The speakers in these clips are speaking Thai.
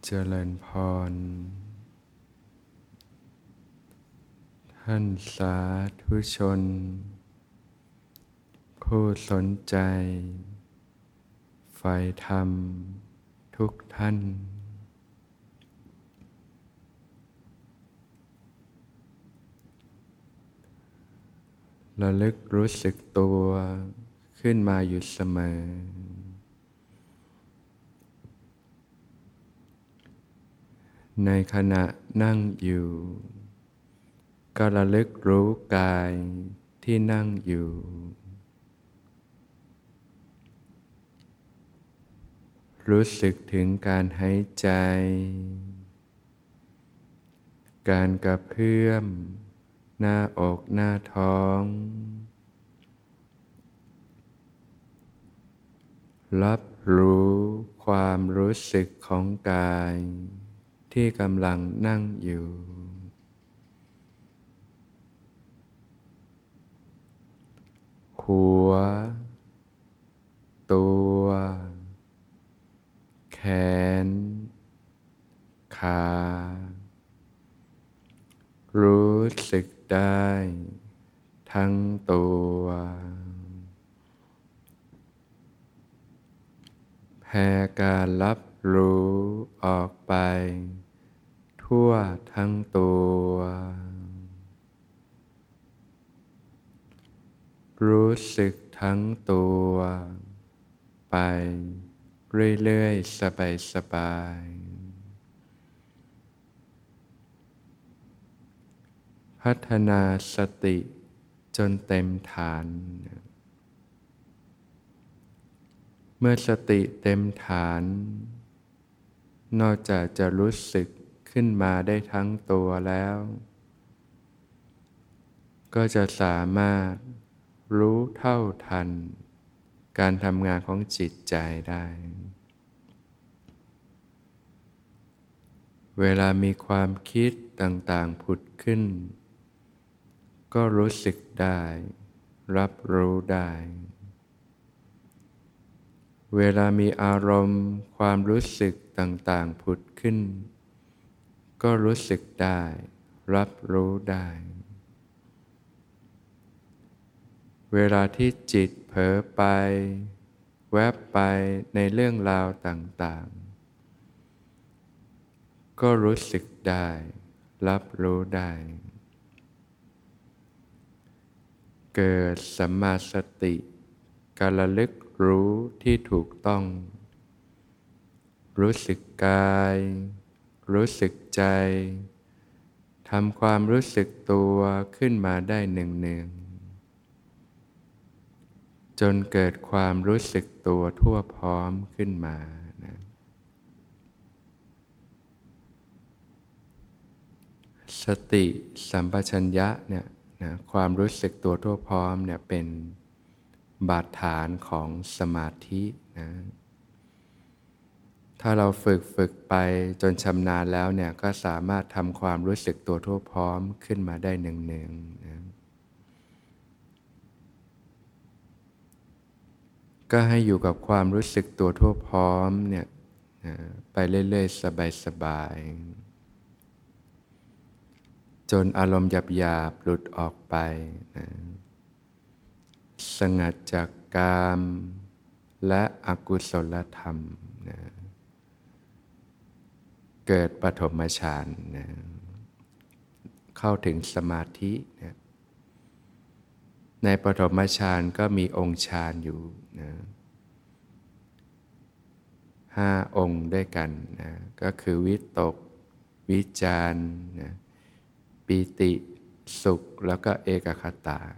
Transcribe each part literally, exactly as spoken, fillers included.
เจริญพรท่านสาธุชนผู้สนใจใฝ่ธรรมทุกท่านระลึกรู้สึกตัวขึ้นมาอยู่เสมอในขณะนั่งอยู่ก็ระลึกรู้กายที่นั่งอยู่รู้สึกถึงการหายใจการกระเพื่อมหน้าอกหน้าท้องรับรู้ความรู้สึกของกายที่กำลังนั่งอยู่หัวตัวแขนขารู้สึกได้ทั้งตัวแผ่การรับรู้ออกไปทั่วทั้งตัวรู้สึกทั้งตัวไปเรื่อยๆสบายๆพัฒนาสติจนเต็มฐานเมื่อสติเต็มฐานนอกจากจะรู้สึกขึ้นมาได้ทั้งตัวแล้วก็จะสามารถรู้เท่าทันการทำงานของจิตใจได้เวลามีความคิดต่างๆผุดขึ้นก็รู้สึกได้รับรู้ได้เวลามีอารมณ์ความรู้สึกต่างๆผุดขึ้นก็รู้สึกได้รับรู้ได้เวลาที่จิตเผลอไปแวบไปในเรื่องราวต่างๆก็รู้สึกได้รับรู้ได้เกิดสัมมาสติการระลึกรู้ที่ถูกต้องรู้สึกกายรู้สึกใจทำความรู้สึกตัวขึ้นมาได้เนืองๆจนเกิดความรู้สึกตัวทั่วพร้อมขึ้นมานะสติสัมปชัญญะเนี่ยนะความรู้สึกตัวทั่วพร้อมเนี่ยเป็นบาดฐานของสมาธินะถ้าเราฝึกฝึกไปจนชำนาญแล้วเนี่ยก็สามารถทำความรู้สึกตัวทั่วพร้อมขึ้นมาได้เนืองๆนะก็ให้อยู่กับความรู้สึกตัวทั่วพร้อมเนี่ยนะไปเรื่อยๆสบายๆจนอารมณ์หยาบๆหลุดออกไปนะสงัดจากกามและอกุศลธรรมนะเกิดปฐมฌานนะเข้าถึงสมาธินะในปฐมฌานก็มีองค์ฌานอยู่นะห้าองค์ด้วยกันนะก็คือวิตกวิจารนะปีติสุขแล้วก็เอกคตา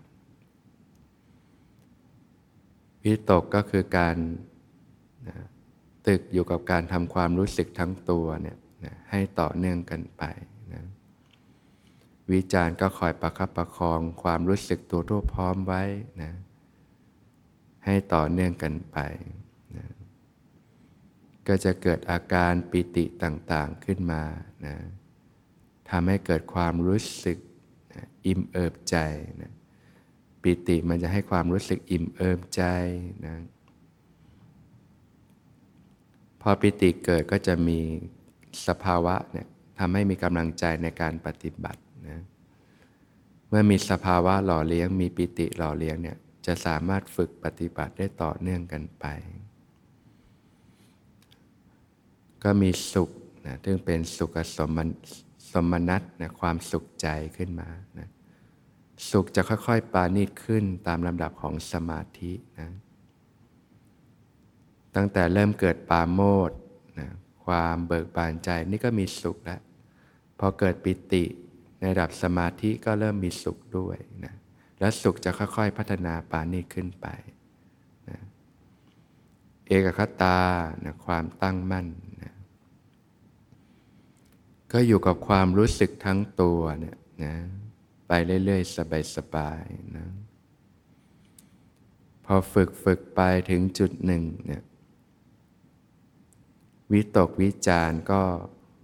วิตกก็คือการนะตึกอยู่กับการทำความรู้สึกทั้งตัวเนี่ยนะให้ต่อเนื่องกันไปนะวิจารก็คอยประคับประคองความรู้สึกตัวทั่วพร้อมไว้นะให้ต่อเนื่องกันไปนะก็จะเกิดอาการปิติต่างๆขึ้นมานะทำให้เกิดความรู้สึกนะอิ่มเอิบใจนะปิติมันจะให้ความรู้สึกอิ่มเอิบใจนะพอปิติเกิดก็จะมีสภาวะเนี่ยทำให้มีกำลังใจในการปฏิบัตินะเมื่อมีสภาวะหล่อเลี้ยงมีปิติหล่อเลี้ยงเนี่ยจะสามารถฝึกปฏิบัติได้ต่อเนื่องกันไปก็มีสุขนะซึ่งเป็นสุขสมสมนัตนะความสุขใจขึ้นมานะสุขจะค่อยๆปราณีตขึ้นตามลำดับของสมาธินะตั้งแต่เริ่มเกิดปราโมทย์นะความเบิกบานใจนี่ก็มีสุขแล้วพอเกิดปิติในระดับสมาธิก็เริ่มมีสุขด้วยนะแล้วสุขจะค่อยๆพัฒนาปราณีตขึ้นไปนะเอกคตานะความตั้งมั่นนะก็อยู่กับความรู้สึกทั้งตัวเนี่ยนะไปเรื่อยๆสบายๆนะพอฝึกฝึกไปถึงจุดหนึ่งเนี่ยวิตกวิจารณ์ก็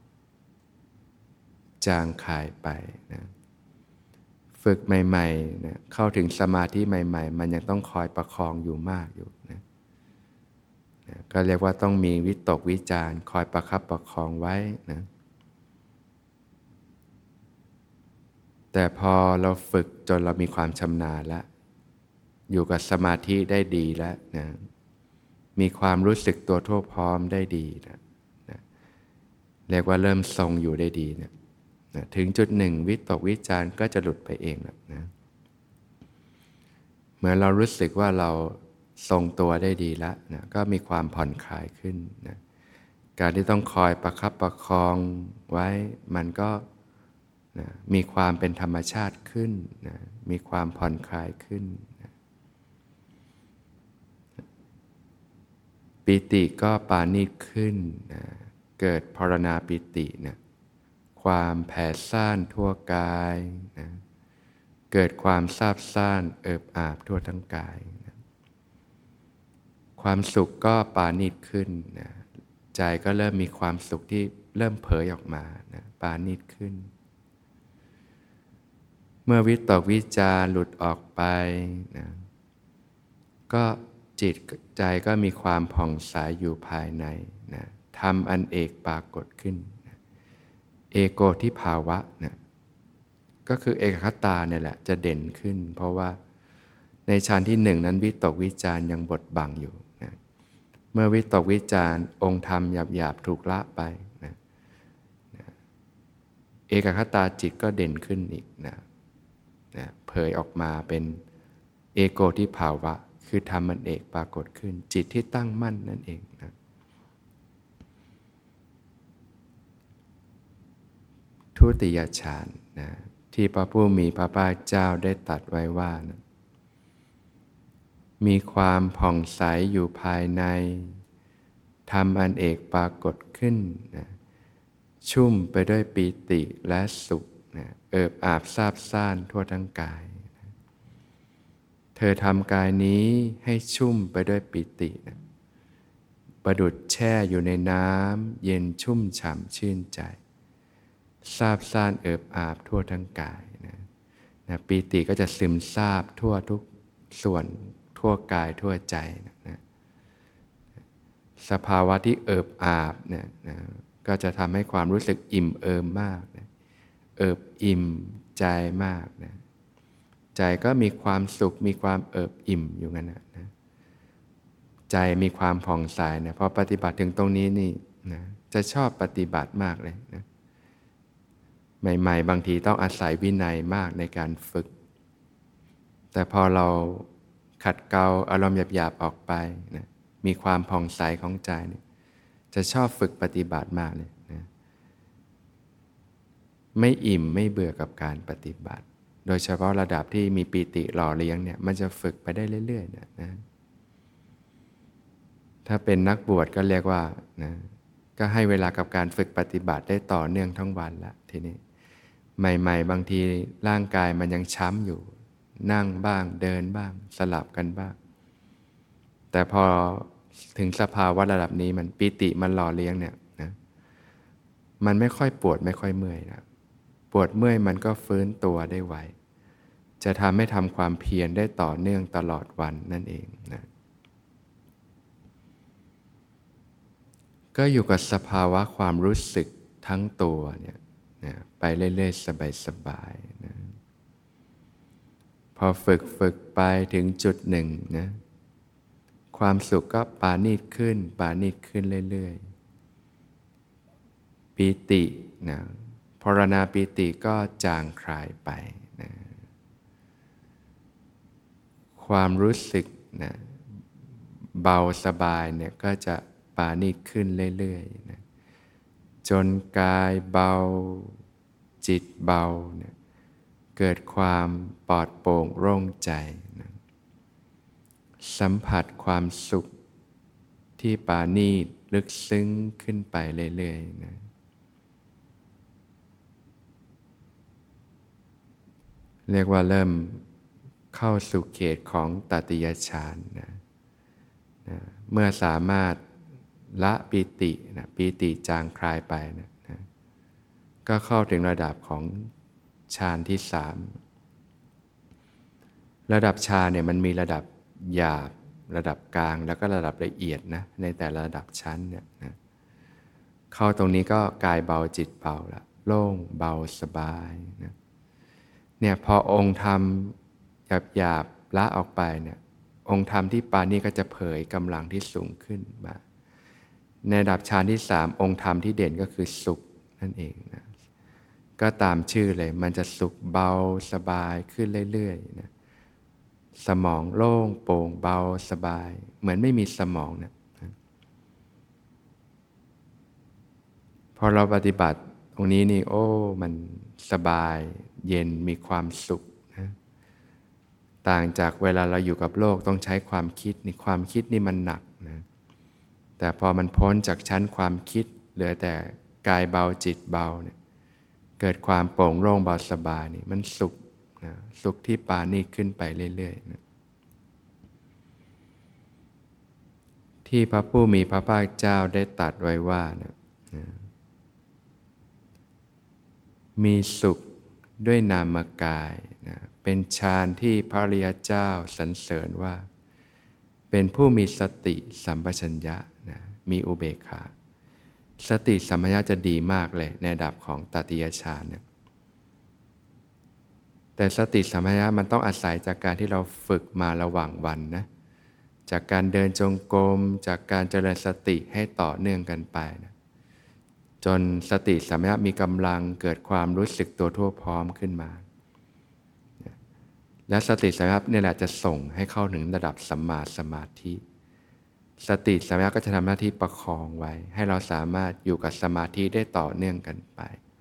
จางคายไปนะฝึกใหม่ๆนะเข้าถึงสมาธิใหม่ๆมันยังต้องคอยประคองอยู่มากอยู่นะนะก็เรียกว่าต้องมีวิตกวิจารณ์คอยประคับประคองไว้นะแต่พอเราฝึกจนเรามีความชำนาญแล้วอยู่กับสมาธิได้ดีแล้วนะมีความรู้สึกตัวทั่วพร้อมได้ดีนะนะเรียกว่าเริ่มทรงอยู่ได้ดีนะนะถึงจุดหนึ่งวิตกวิจารณ์ก็จะหลุดไปเองแล้วนะเหมือนเรารู้สึกว่าเราทรงตัวได้ดีแล้วนะก็มีความผ่อนคลายขึ้นนะการที่ต้องคอยประคับประคองไว้มันก็นะมีความเป็นธรรมชาติขึ้นนะมีความผ่อนคลายขึ้นนะปิติก็ปราณีตขึ้นนะเกิดภาวนาปิตินะความแผ่ซ่านทั่วกายนะเกิดความซาบซ่านเอิบอาบทั่วทั้งกายนะความสุขก็ปราณีตขึ้นนะใจก็เริ่มมีความสุขที่เริ่มเผยออกมานะปราณีตขึ้นเมื่อวิตกวิจารหลุดออกไปนะก็จิตใจก็มีความผ่องใสอยู่ภายในนะธรรมอันเอกปรากฏขึ้นนะเอโกทิภาวะนะก็คือเอกคตาเนี่ยแหละจะเด่นขึ้นเพราะว่าในฌานที่หนึ่งนั้นวิตกวิจารยังบดบังอยู่นะเมื่อวิตกวิจารองค์ธรรมหยาบๆถูกละไปนะนะเอกคตาจิตก็เด่นขึ้นอีกนะนะเผยออกมาเป็นเอโกทิภาวะคือธรรมอันเอกปรากฏขึ้นจิตที่ตั้งมั่นนั่นเองนะทุติยฌานนะที่พระผู้มีพระภาคเจ้าได้ตรัสไว้ว่านะมีความผ่องใสอยู่ภายในธรรมอันเอกปรากฏขึ้นนะชุ่มไปด้วยปีติและสุขนะเอิบอาบซาบซ่านทั่วทั้งกายนะเธอทำกายนี้ให้ชุ่มไปด้วยปีตินะประดุจแช่อยู่ในน้ำเย็นชุ่มฉ่ำชื่นใจซาบซ่านเอิบอาบทั่วทั้งกายนะนะปีติก็จะซึมซาบทั่วทุกส่วนทั่วกายทั่วใจนะนะสภาวะที่เอิบอาบเนี่ยนะก็จะทำให้ความรู้สึกอิ่มเอิบมากนะเอิบอิ่มใจมากนะใจก็มีความสุขมีความเอิบอิ่มอยู่งั้นนะนะใจมีความผ่องใสนะพอปฏิบัติถึงตรงนี้นี่นะจะชอบปฏิบัติมากเลยนะใหม่ๆบางทีต้องอาศัยวินัยมากในการฝึกแต่พอเราขัดเกลาอารมณ์หยาบๆออกไปนะมีความผ่องใสของใจเนี่ยจะชอบฝึกปฏิบัติมากเลยนะไม่อิ่มไม่เบื่อกับการปฏิบัติโดยเฉพาะระดับที่มีปีติหล่อเลี้ยงเนี่ยมันจะฝึกไปได้เรื่อยๆนะนะถ้าเป็นนักบวชก็เรียกว่านะก็ให้เวลากับการฝึกปฏิบัติได้ต่อเนื่องทั้งวันละทีนี้ใหม่ๆบางทีร่างกายมันยังช้ำอยู่นั่งบ้างเดินบ้างสลับกันบ้างแต่พอถึงสภาวะระดับนี้มันปิติมันหล่อเลี้ยงเนี่ยนะมันไม่ค่อยปวดไม่ค่อยเมื่อยนะปวดเมื่อยมันก็ฟื้นตัวได้ไวจะทำให้ทำความเพียรได้ต่อเนื่องตลอดวันนั่นเองนะก็อยู่กับสภาวะความรู้สึกทั้งตัวเนี่ยนะไปเรื่อยๆสบายๆนะพอฝึกฝึกไปถึงจุดหนึ่งนะความสุขก็ปราณีตขึ้นปราณีตขึ้นเรื่อยๆปีตินะภาวนาปีติก็จางคลายไปนะความรู้สึกนะเบาสบายเนี่ยก็จะปราณีตขึ้นเรื่อยๆนะจนกายเบาจิตเบาเนี่ยเกิดความปลอดโปร่งโล่งใจนะสัมผัสความสุขที่ปราณีตลึกซึ้งขึ้นไปเรื่อยๆนะเรียกว่าเริ่มเข้าสู่เขตของตติยฌานนะนะเมื่อสามารถละปีตินะปีติจางคลายไปนะนะก็เข้าถึงระดับของฌานที่สามระดับฌานเนี่ยมันมีระดับหยาบระดับกลางแล้วก็ระดับละเอียดนะในแต่ละระดับชั้นเนี่ยนะเข้าตรงนี้ก็กายเบาจิตเบาละโล่งเบาสบายนะเนี่ยพอองค์ธรรมหยาบหยาบละออกไปเนี่ยองค์ธรรมที่ปานี่ก็จะเผยกำลังที่สูงขึ้นมาในระดับฌานที่สามองค์ธรรมที่เด่นก็คือสุขนั่นเองนะก็ตามชื่อเลยมันจะสุขเบาสบายขึ้นเรื่อยๆนะสมองโล่งโปร่งเบาสบายเหมือนไม่มีสมองนะพอเราปฏิบัติตรงนี้นี่โอ้มันสบายเย็นมีความสุขนะต่างจากเวลาเราอยู่กับโลกต้องใช้ความคิดนี่ความคิดนี่มันหนักนะแต่พอมันพ้นจากชั้นความคิดเหลือแต่กายเบาจิตเบาเนี่ยเกิดความโปร่งโล่งเบาสบายนี่มันสุขนะสุขที่ปราณีตขึ้นไปเรื่อยๆนะที่พระผู้มีพระภาคเจ้าได้ตรัสไว้ว่านะนะมีสุขด้วยนามกายนะเป็นฌานที่พระอริยเจ้าสรรเสริญว่าเป็นผู้มีสติสัมปชัญญะนะมีอุเบกขาสติสัมปชัญญะจะดีมากเลยในระดับของตติยฌานเนี่ยแต่สติสัมปชัญญะมันต้องอาศัยจากการที่เราฝึกมาระหว่างวันนะจากการเดินจงกรมจากการเจริญสติให้ต่อเนื่องกันไปนะจนสติสัมปชัญญะมีกำลังเกิดความรู้สึกตัวทั่วพร้อมขึ้นมาและสติสัมปชัญญะนี่แหละจะส่งให้เข้าถึงระดับสัมมาสมาธิสติสัมปชัญญะก็จะทำหน้าที่ประคองไว้ให้เราสามารถอยู่กับสมาธิได้ต่อเนื่องกันไป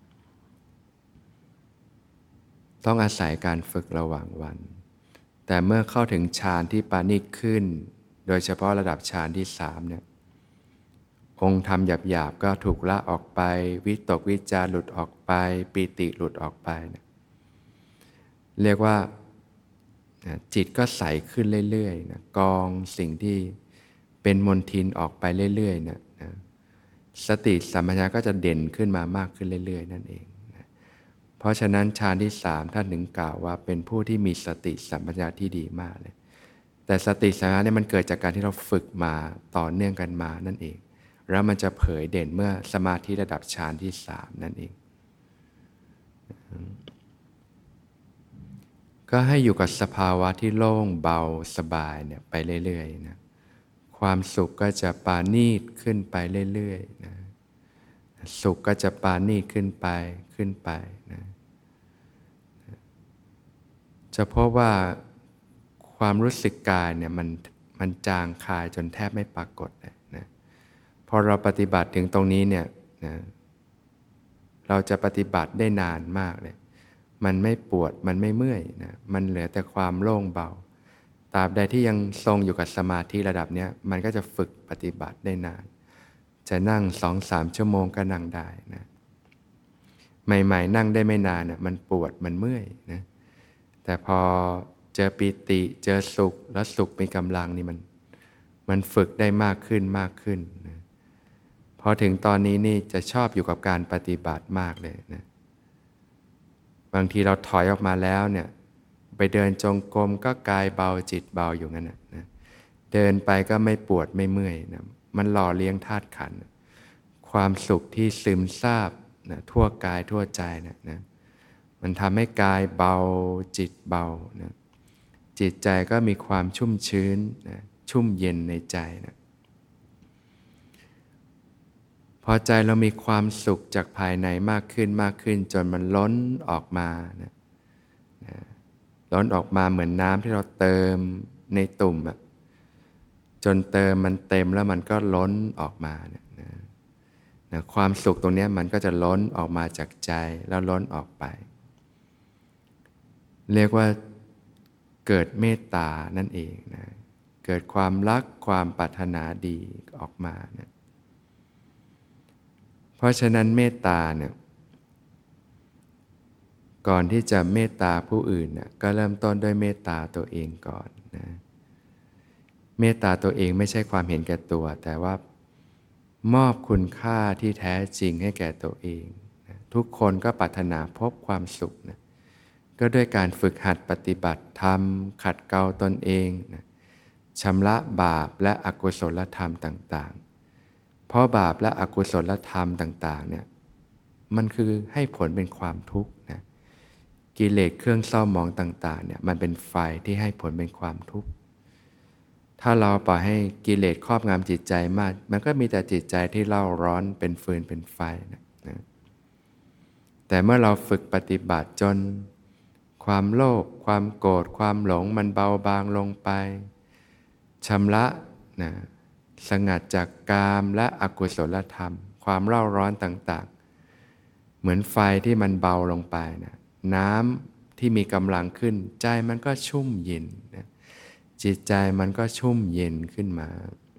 ต้องอาศัยการฝึกระหว่างวันแต่เมื่อเข้าถึงฌานที่ปราณีตขึ้นโดยเฉพาะระดับฌานที่สามเนี่ยองค์ธรรมหยาบๆก็ถูกละออกไปวิตกวิจารหลุดออกไปปีติหลุดออกไปนะเรียกว่าจิตก็ใสขึ้นเรื่อยๆนะกองสิ่งที่เป็นมลทินออกไปเรื่อยๆนะนะสติสัมปชัญญะก็จะเด่นขึ้นมามากขึ้นเรื่อยๆนั่นเองนะเพราะฉะนั้นฌานที่สามท่านถึงกล่าวว่าเป็นผู้ที่มีสติสัมปชัญญะที่ดีมากเลยแต่สติสัมปชัญญะเนี่ยมันเกิดจากการที่เราฝึกมาต่อเนื่องกันมานั่นเองแล้วมันจะเผยเด่นเมื่อสมาธิระดับฌานที่สามนั่นเองก็ให้อยู่กับสภาวะที่โล่งเบาสบายเนี่ยไปเรื่อยๆนะความสุขก็จะปราณีตขึ้นไปเรื่อยๆนะสุขก็จะปราณีตขึ้นไปขึ้นไปนะจะพบว่าความรู้สึกกายเนี่ยมันมันจางคายจนแทบไม่ปรากฏเลยนะพอเราปฏิบัติถึงตรงนี้เนี่ยนะเราจะปฏิบัติได้นานมากเลยมันไม่ปวดมันไม่เมื่อยนะมันเหลือแต่ความโล่งเบาตราบใดที่ยังทรงอยู่กับสมาธิระดับเนี้ยมันก็จะฝึกปฏิบัติได้นานจะนั่งสองสามชั่วโมงก็นั่งได้นะใหม่ๆนั่งได้ไม่นานนะมันปวดมันเมื่อยนะแต่พอเจอปีติเจอสุขแล้วสุขมีกำลังนี่มันมันฝึกได้มากขึ้นมากขึ้นนะพอถึงตอนนี้นี่จะชอบอยู่กับการปฏิบัติมากเลยนะบางทีเราถอยออกมาแล้วเนี่ยไปเดินจงกรมก็กายเบาจิตเบาอยู่งั้นนะนะเดินไปก็ไม่ปวดไม่เมื่อยนะมันหล่อเลี้ยงธาตุขันธ์ความสุขที่ซึมซาบนะทั่วกายทั่วใจนะนะมันทำให้กายเบาจิตเบานะจิตใจก็มีความชุ่มชื้นนะชุ่มเย็นในใจนะพอใจเรามีความสุขจากภายในมากขึ้นมากขึ้นจนมันล้นออกมานะนะล้นออกมาเหมือนน้ำที่เราเติมในตุ่มอะจนเติมมันเต็มแล้วมันก็ล้นออกมานะนะนะความสุขตรงนี้มันก็จะล้นออกมาจากใจแล้วล้นออกไปเรียกว่าเกิดเมตตานั่นเองนะเกิดความรักความปรารถนาดีออกมานะเพราะฉะนั้นเมตตาเนี่ยก่อนที่จะเมตตาผู้อื่นเนี่ยก็เริ่มต้นด้วยเมตตาตัวเองก่อนนะเมตตาตัวเองไม่ใช่ความเห็นแก่ตัวแต่ว่ามอบคุณค่าที่แท้จริงให้แก่ตัวเองนะทุกคนก็ปรารถนาพบความสุขนะก็ด้วยการฝึกหัดปฏิบัติธรรมขัดเกลาตนเองนะชำระบาปและอกุศลธรรมต่างๆเพราะบาปและอกุศลธรรมต่างๆเนี่ยมันคือให้ผลเป็นความทุกข์นะกิเลสเครื่องเศร้าหมองต่างๆเนี่ยมันเป็นไฟที่ให้ผลเป็นความทุกข์ถ้าเราปล่อยให้กิเลสครอบงำจิตใจมากมันก็มีแต่จิตใจที่เล่าร้อนเป็นฟืนเป็นไฟนะนะแต่เมื่อเราฝึกปฏิบัติจนความโลภความโกรธความหลงมันเบาบางลงไปชำระนะสงัดจากกามและอกุศลธรรมความเล่าร้อนต่างๆเหมือนไฟที่มันเบาลงไปนะน้ำที่มีกำลังขึ้นใจมันก็ชุ่มเย็นนะจิตใจมันก็ชุ่มเย็นขึ้นมา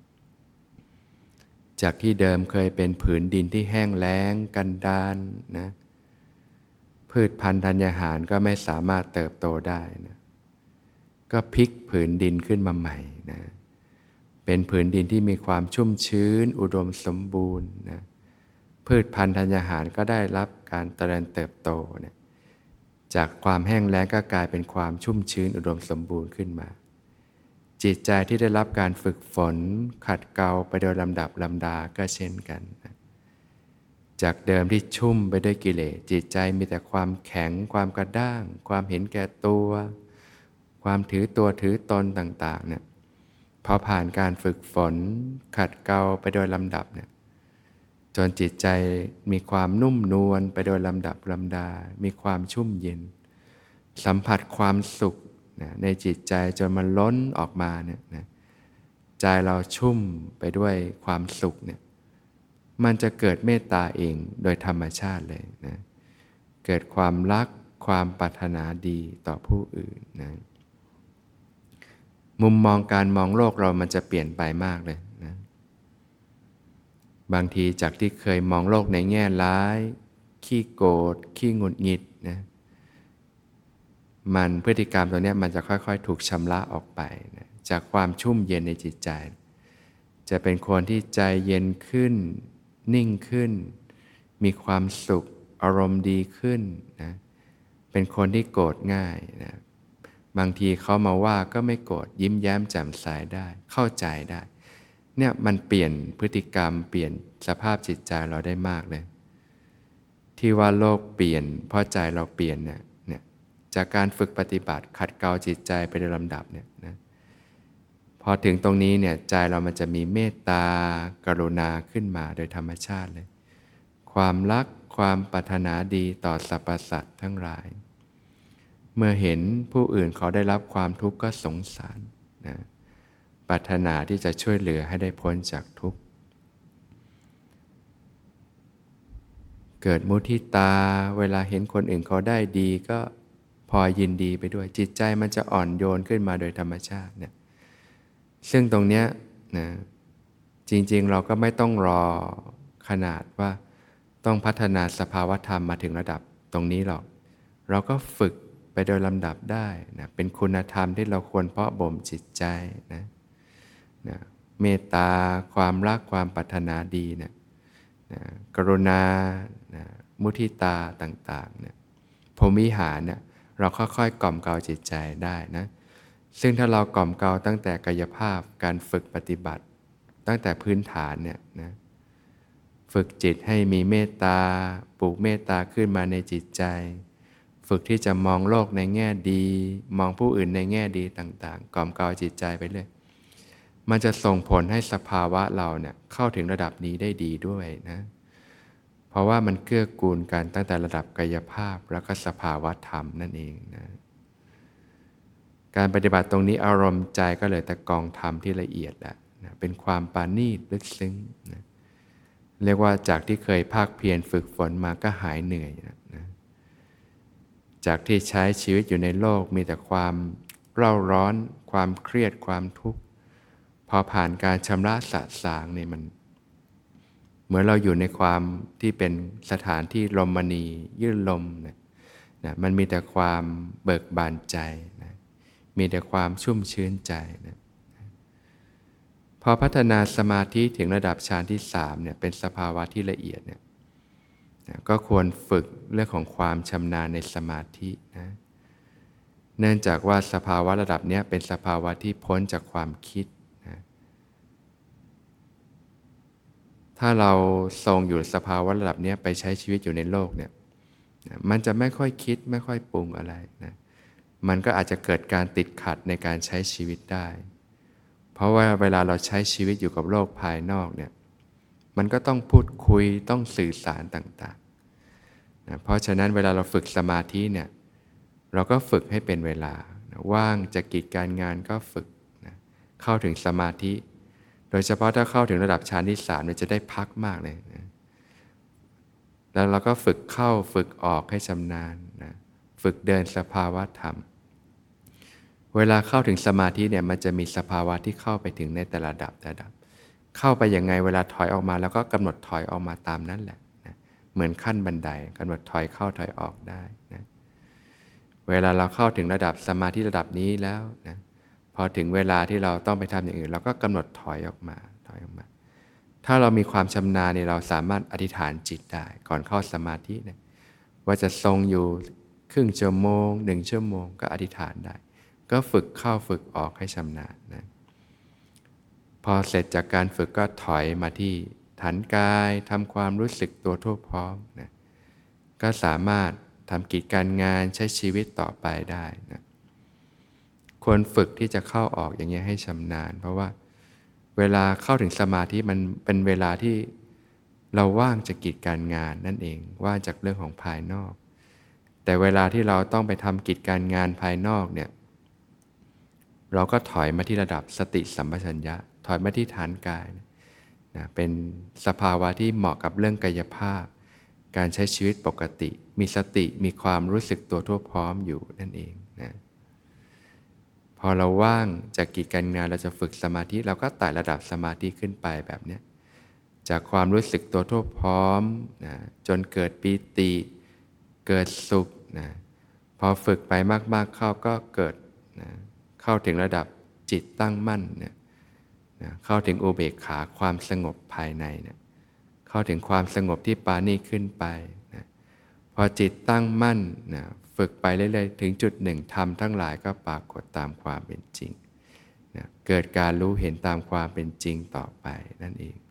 จากที่เดิมเคยเป็นผืนดินที่แห้งแล้งกันดารนะพืชพันธุ์ธัญญาหารก็ไม่สามารถเติบโตได้นะก็พลิกผืนดินขึ้นมาใหม่นะเป็นผืนดินที่มีความชุ่มชื้นอุดมสมบูรณ์นะพืชพันธุ์ธัญญาหารก็ได้รับการเจริญเติบโตนะจากความแห้งแล้งก็กลายเป็นความชุ่มชื้นอุดมสมบูรณ์ขึ้นมาจิตใจที่ได้รับการฝึกฝนขัดเกลาไปโดยลำดับลำดาก็เช่นกันนะจากเดิมที่ชุ่มไปด้วยกิเลสจิตใจมีแต่ความแข็งความกระด้างความเห็นแก่ตัวความถือตัวถือตนต่างๆเนี่ยพอผ่านการฝึกฝนขัดเกลาไปโดยลำดับเนี่ยจนจิตใจมีความนุ่มนวลไปโดยลำดับลำดามีความชุ่มเย็นสัมผัสความสุขนะในจิตใจจนมันล้นออกมาเนี่ยนะใจเราชุ่มไปด้วยความสุขเนี่ยมันจะเกิดเมตตาเองโดยธรรมชาติเลยนะเกิดความรักความปรารถนาดีต่อผู้อื่นนะมุมมองการมองโลกเรามันจะเปลี่ยนไปมากเลยนะบางทีจากที่เคยมองโลกในแง่ร้ายขี้โกรธขี้หงุดหงิดนะมันพฤติกรรมตัวนี้มันจะค่อยๆถูกชำระออกไปนะจากความชุ่มเย็นในจิตใจจะเป็นคนที่ใจเย็นขึ้นนิ่งขึ้นมีความสุขอารมณ์ดีขึ้นนะเป็นคนที่โกรธง่ายนะบางทีเขามาว่าก็ไม่โกรธยิ้มแย้มแจ่มใสได้เข้าใจได้เนี่ยมันเปลี่ยนพฤติกรรมเปลี่ยนสภาพจิตใจเราได้มากเลยที่ว่าโลกเปลี่ยนเพราะใจเราเปลี่ยนเนี่ยเนี่ยจากการฝึกปฏิบัติขัดเกลาจิตใจไปโดยลำดับเนี่ยนะพอถึงตรงนี้เนี่ยใจเรามันจะมีเมตตากรุณาขึ้นมาโดยธรรมชาติเลยความรักความปรารถนาดีต่อสรรพสัตว์ทั้งหลายเมื่อเห็นผู้อื่นเขาได้รับความทุกข์ก็สงสารนะปรารถนาที่จะช่วยเหลือให้ได้พ้นจากทุกข์เกิดมุทิตาเวลาเห็นคนอื่นเขาได้ดีก็พอยินดีไปด้วยจิตใจมันจะอ่อนโยนขึ้นมาโดยธรรมชาติเนี่ยซึ่งตรงเนี้ยนะจริงๆเราก็ไม่ต้องรอขนาดว่าต้องพัฒนาสภาวธรรมมาถึงระดับตรงนี้หรอกเราก็ฝึกไปโดยลำดับได้นะเป็นคุณธรรมที่เราควรเพาะบ่มจิตใจนะนะเมตตาความรักความปรารถนาดีนะนะกรุณานะมุทิตาต่างๆเนี่ยพรหมวิหารเนี่ยเราค่อยๆกล่อมเกลาจิตใจได้นะซึ่งถ้าเรากล่อมเกลาตั้งแต่กายภาพการฝึกปฏิบัติตั้งแต่พื้นฐานเนี่ยนะฝึกจิตให้มีเมตตาปลูกเมตตาขึ้นมาในจิตใจฝึกที่จะมองโลกในแง่ดีมองผู้อื่นในแง่ดีต่างๆกล่อมเกลาจิตใจไปเรื่อยมันจะส่งผลให้สภาวะเราเนี่ยเข้าถึงระดับนี้ได้ดีด้วยนะเพราะว่ามันเกื้อกูลกันตั้งแต่ระดับกายภาพแล้วก็สภาวะธรรมนั่นเองนะการปฏิบัติตรงนี้อารมณ์ใจก็เลยแต่กองธรรมที่ละเอียดแหละนะเป็นความปราณีตลึกซึ้งนะเรียกว่าจากที่เคยภาคเพียรฝึกฝนมาก็หายเหนื่อยนะนะจากที่ใช้ชีวิตอยู่ในโลกมีแต่ความเร่าร้อนความเครียดความทุกข์พอผ่านการชำระสะสางเนี่ยมันเหมือนเราอยู่ในความที่เป็นสถานที่ลมณียื่นลมนะนะมันมีแต่ความเบิกบานใจนะมีแต่ความชุ่มชื้นใจนะพอพัฒนาสมาธิถึงระดับฌานที่สามเนี่ยเป็นสภาวะที่ละเอียดเนี่ยนะก็ควรฝึกเรื่องของความชำนาญในสมาธินะเนื่องจากว่าสภาวะระดับนี้เป็นสภาวะที่พ้นจากความคิดนะถ้าเราทรงอยู่สภาวะระดับนี้ไปใช้ชีวิตอยู่ในโลกเนี่ยนะมันจะไม่ค่อยคิดไม่ค่อยปรุงอะไรนะมันก็อาจจะเกิดการติดขัดในการใช้ชีวิตได้เพราะว่าเวลาเราใช้ชีวิตอยู่กับโลกภายนอกเนี่ยมันก็ต้องพูดคุยต้องสื่อสารต่างๆนะเพราะฉะนั้นเวลาเราฝึกสมาธิเนี่ยเราก็ฝึกให้เป็นเวลานะว่างจากกิจการงานก็ฝึกนะเข้าถึงสมาธิโดยเฉพาะถ้าเข้าถึงระดับฌานที่สามเนี่ยจะได้พักมากเลยนะแล้วเราก็ฝึกเข้าฝึกออกให้ชำนาญนะฝึกเดินสภาวะธรรมเวลาเข้าถึงสมาธิเนี่ยมันจะมีสภาวะที่เข้าไปถึงในแต่ละระดับระดับเข้าไปยังไงเวลาถอยออกมาแล้วก็กำหนดถอยออกมาตามนั้นแหละนะเหมือนขั้นบันไดกำหนดถอยเข้าถอยออกได้นะเวลาเราเข้าถึงระดับสมาธิระดับนี้แล้วนะพอถึงเวลาที่เราต้องไปทำอย่างอื่นเราก็กำหนดถอยออกมาถอยออกมาถ้าเรามีความชำนาญเนี่ยเราสามารถอธิษฐานจิตได้ก่อนเข้าสมาธิเนี่ยว่าจะทรงอยู่ครึ่งชั่วโมงหนึ่งชั่วโมงก็อธิษฐานได้ก็ฝึกเข้าฝึกออกให้ชำนาญนะพอเสร็จจากการฝึกก็ถอยมาที่ฐานกายทำความรู้สึกตัวทั่วพร้อมนะก็สามารถทำกิจการงานใช้ชีวิตต่อไปได้นะควรฝึกที่จะเข้าออกอย่างนี้ให้ชำนาญเพราะว่าเวลาเข้าถึงสมาธิมันเป็นเวลาที่เราว่างจากกิจการงานนั่นเองว่างจากเรื่องของภายนอกแต่เวลาที่เราต้องไปทำกิจการงานภายนอกเนี่ยเราก็ถอยมาที่ระดับสติสัมปชัญญะถอยมาที่ฐานกายนะเป็นสภาวะที่เหมาะกับเรื่องกายภาพการใช้ชีวิตปกติมีสติมีความรู้สึกตัวทั่วพร้อมอยู่นั่นเองนะพอเราว่างจากกิจการงานเราจะฝึกสมาธิเราก็ไต่ระดับสมาธิขึ้นไปแบบนี้จากความรู้สึกตัวทั่วพร้อมนะจนเกิดปีติเกิดสุขนะพอฝึกไปมากๆเข้าก็เกิดนะเข้าถึงระดับจิตตั้งมั่นเนี่ยนะเข้าถึงอุเบกขาความสงบภายในเนี่ยเข้าถึงความสงบที่ปราณีตขึ้นไปนะพอจิตตั้งมั่นนะฝึกไปเรื่อยๆถึงจุดหนึ่งธรรมทั้งหลายก็ปรากฏตามความเป็นจริงนะเกิดการรู้เห็นตามความเป็นจริงต่อไปนั่นเอง